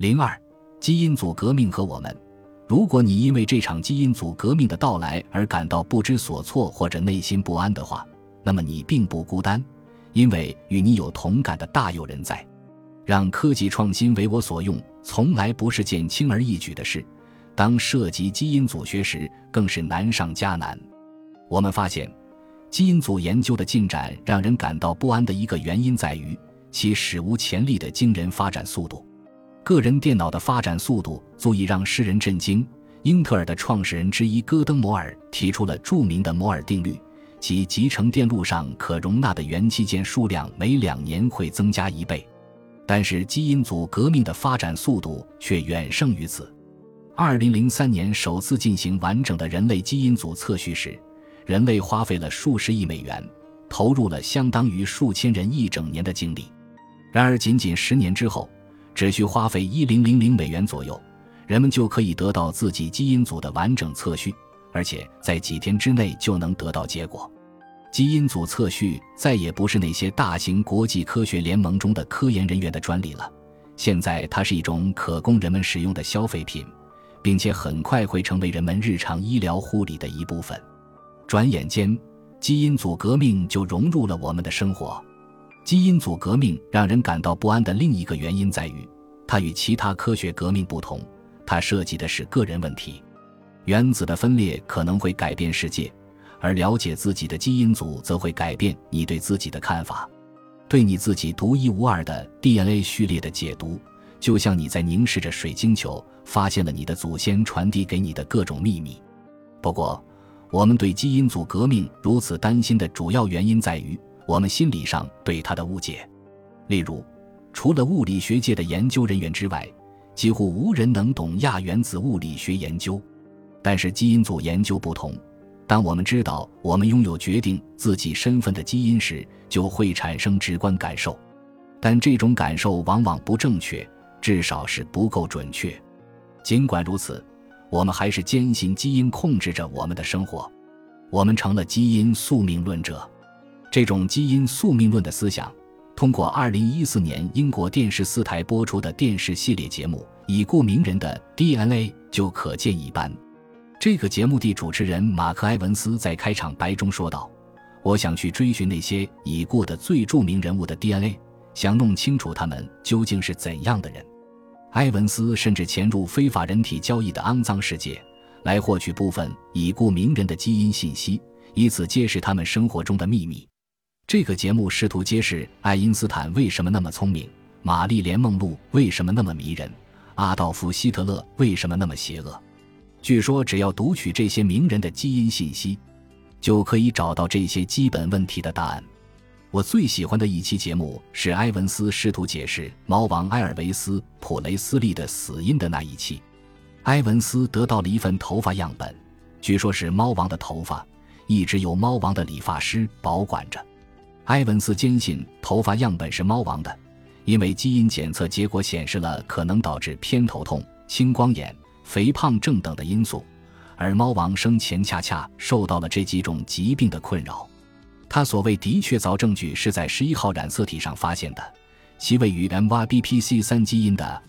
02基因组革命和我们。如果你因为这场基因组革命的到来而感到不知所措或者内心不安的话，那么你并不孤单，因为与你有同感的大有人在。让科技创新为我所用，从来不是件轻而易举的事，当涉及基因组学时，更是难上加难。我们发现，基因组研究的进展让人感到不安的一个原因在于其史无前例的惊人发展速度。个人电脑的发展速度足以让世人震惊。英特尔的创始人之一戈登·摩尔提出了著名的摩尔定律，即集成电路上可容纳的元器件数量每2年会增加1倍。但是基因组革命的发展速度却远胜于此。2003年首次进行完整的人类基因组测序时，人类花费了数十亿美元，投入了相当于数千人一整年的精力。然而仅仅10年之后，只需花费1000美元左右，人们就可以得到自己基因组的完整测序，而且在几天之内就能得到结果。基因组测序再也不是那些大型国际科学联盟中的科研人员的专利了，现在它是一种可供人们使用的消费品，并且很快会成为人们日常医疗护理的一部分。转眼间，基因组革命就融入了我们的生活。基因组革命让人感到不安的另一个原因在于，它与其他科学革命不同，它涉及的是个人问题。原子的分裂可能会改变世界，而了解自己的基因组则会改变你对自己的看法。对你自己独一无二的 DNA 序列的解读，就像你在凝视着水晶球，发现了你的祖先传递给你的各种秘密。不过，我们对基因组革命如此担心的主要原因在于我们心理上对它的误解。例如，除了物理学界的研究人员之外，几乎无人能懂亚原子物理学研究。但是基因组研究不同，当我们知道我们拥有决定自己身份的基因时，就会产生直观感受。但这种感受往往不正确，至少是不够准确。尽管如此，我们还是坚信基因控制着我们的生活。我们成了基因宿命论者。这种基因宿命论的思想，通过2014年英国电视4台播出的电视系列节目《已故名人的 DNA》就可见一斑。这个节目的主持人马克·埃文斯在开场白中说道：“我想去追寻那些已故的最著名人物的 DNA， 想弄清楚他们究竟是怎样的人。”埃文斯甚至潜入非法人体交易的肮脏世界，来获取部分已故名人的基因信息，以此揭示他们生活中的秘密。这个节目试图揭示爱因斯坦为什么那么聪明，玛丽莲·梦露为什么那么迷人，阿道夫·希特勒为什么那么邪恶。据说只要读取这些名人的基因信息，就可以找到这些基本问题的答案。我最喜欢的一期节目是埃文斯试图解释猫王埃尔维斯·普雷斯利的死因的那一期。埃文斯得到了一份头发样本，据说是猫王的头发，一直由猫王的理发师保管着。埃文斯坚信头发样本是猫王的，因为基因检测结果显示了可能导致偏头痛、青光眼、肥胖症等的因素，而猫王生前恰恰受到了这几种疾病的困扰。他所谓的确凿证据是在11号染色体上发现的，其位于 MYBPC3 基因的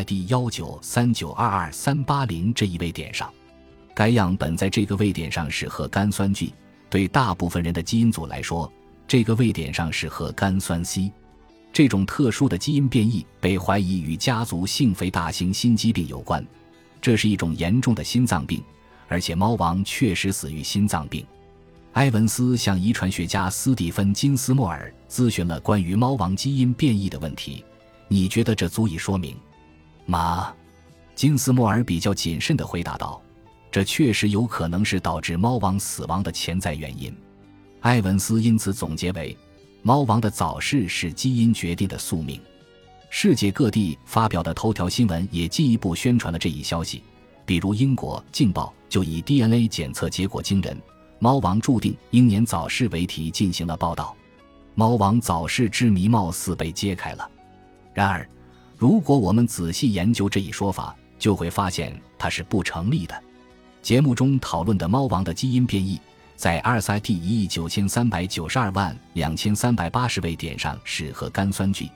RSID193922380这一位点上。该样本在这个位点上是核苷酸 G， 对大部分人的基因组来说，这个位点上是核苷酸 C。 这种特殊的基因变异被怀疑与家族性肥大型心肌病有关，这是一种严重的心脏病，而且猫王确实死于心脏病。埃文斯向遗传学家斯蒂芬·金斯莫尔咨询了关于猫王基因变异的问题，你觉得这足以说明吗？金斯莫尔比较谨慎地回答道，这确实有可能是导致猫王死亡的潜在原因。埃文斯因此总结为，猫王的早逝是基因决定的宿命。世界各地发表的头条新闻也进一步宣传了这一消息，比如英国《镜报》就以 DNA 检测结果惊人，猫王注定英年早逝为题进行了报道。猫王早逝之谜貌似被揭开了。然而，如果我们仔细研究这一说法，就会发现它是不成立的。节目中讨论的猫王的基因变异，在 RSID193922380位点上是核苷酸 G，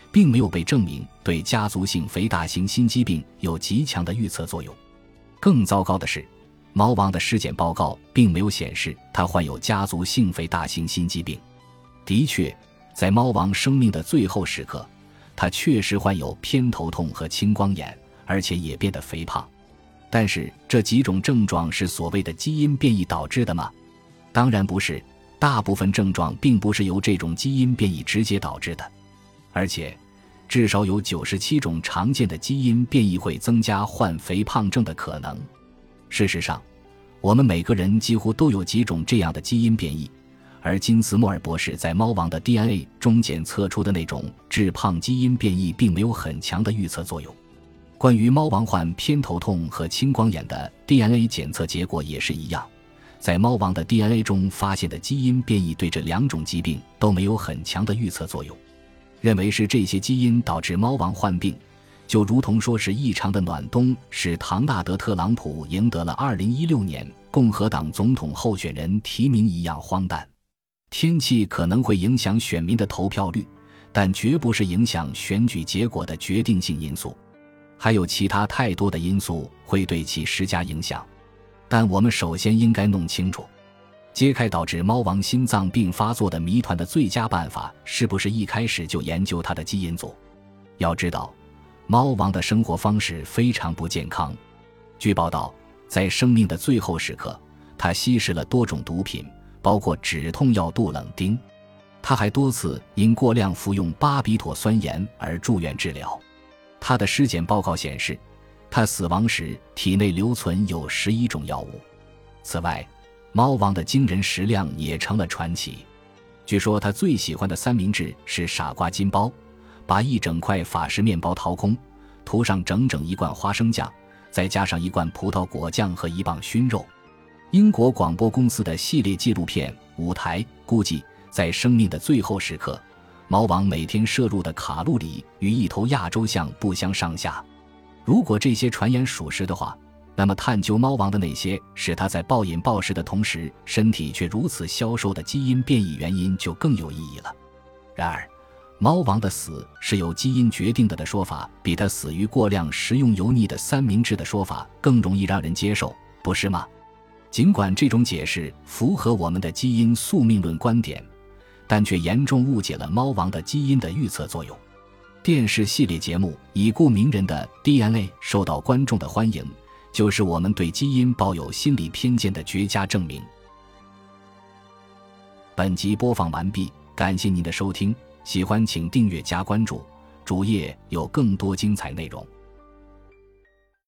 并没有被证明对家族性肥大型心肌病有极强的预测作用。更糟糕的是，猫王的尸检报告并没有显示他患有家族性肥大型心肌病。的确，在猫王生命的最后时刻，他确实患有偏头痛和青光眼，而且也变得肥胖。但是这几种症状是所谓的基因变异导致的吗？当然不是，大部分症状并不是由这种基因变异直接导致的，而且至少有97种常见的基因变异会增加患肥胖症的可能。事实上，我们每个人几乎都有几种这样的基因变异，而金斯莫尔博士在猫王的 DNA 中检测出的那种致胖基因变异并没有很强的预测作用。关于猫王患偏头痛和青光眼的 DNA 检测结果也是一样，在猫王的 DNA 中发现的基因变异对这两种疾病都没有很强的预测作用。认为是这些基因导致猫王患病，就如同说是异常的暖冬使唐纳德·特朗普赢得了2016年共和党总统候选人提名一样荒诞。天气可能会影响选民的投票率，但绝不是影响选举结果的决定性因素。还有其他太多的因素会对其施加影响，但我们首先应该弄清楚，揭开导致猫王心脏病发作的谜团的最佳办法是不是一开始就研究它的基因组。要知道，猫王的生活方式非常不健康。据报道，在生命的最后时刻，他吸食了多种毒品，包括止痛药杜冷丁。他还多次因过量服用巴比妥酸盐而住院治疗。他的尸检报告显示，他死亡时体内留存有11种药物。此外，猫王的惊人食量也成了传奇。据说他最喜欢的三明治是傻瓜金包，把一整块法式面包掏空，涂上整整一罐花生酱，再加上一罐葡萄果酱和一磅熏肉。英国广播公司的系列纪录片《舞台》估计，在生命的最后时刻，猫王每天摄入的卡路里与一头亚洲象不相上下。如果这些传言属实的话，那么探究猫王的那些使他在暴饮暴食的同时身体却如此消瘦的基因变异原因就更有意义了。然而，猫王的死是由基因决定的说法比他死于过量食用油腻的三明治的说法更容易让人接受，不是吗？尽管这种解释符合我们的基因宿命论观点，但却严重误解了猫王的基因的预测作用。电视系列节目《已故名人的 DNA》受到观众的欢迎，就是我们对基因抱有心理偏见的绝佳证明。本集播放完毕，感谢您的收听，喜欢请订阅加关注，主页有更多精彩内容。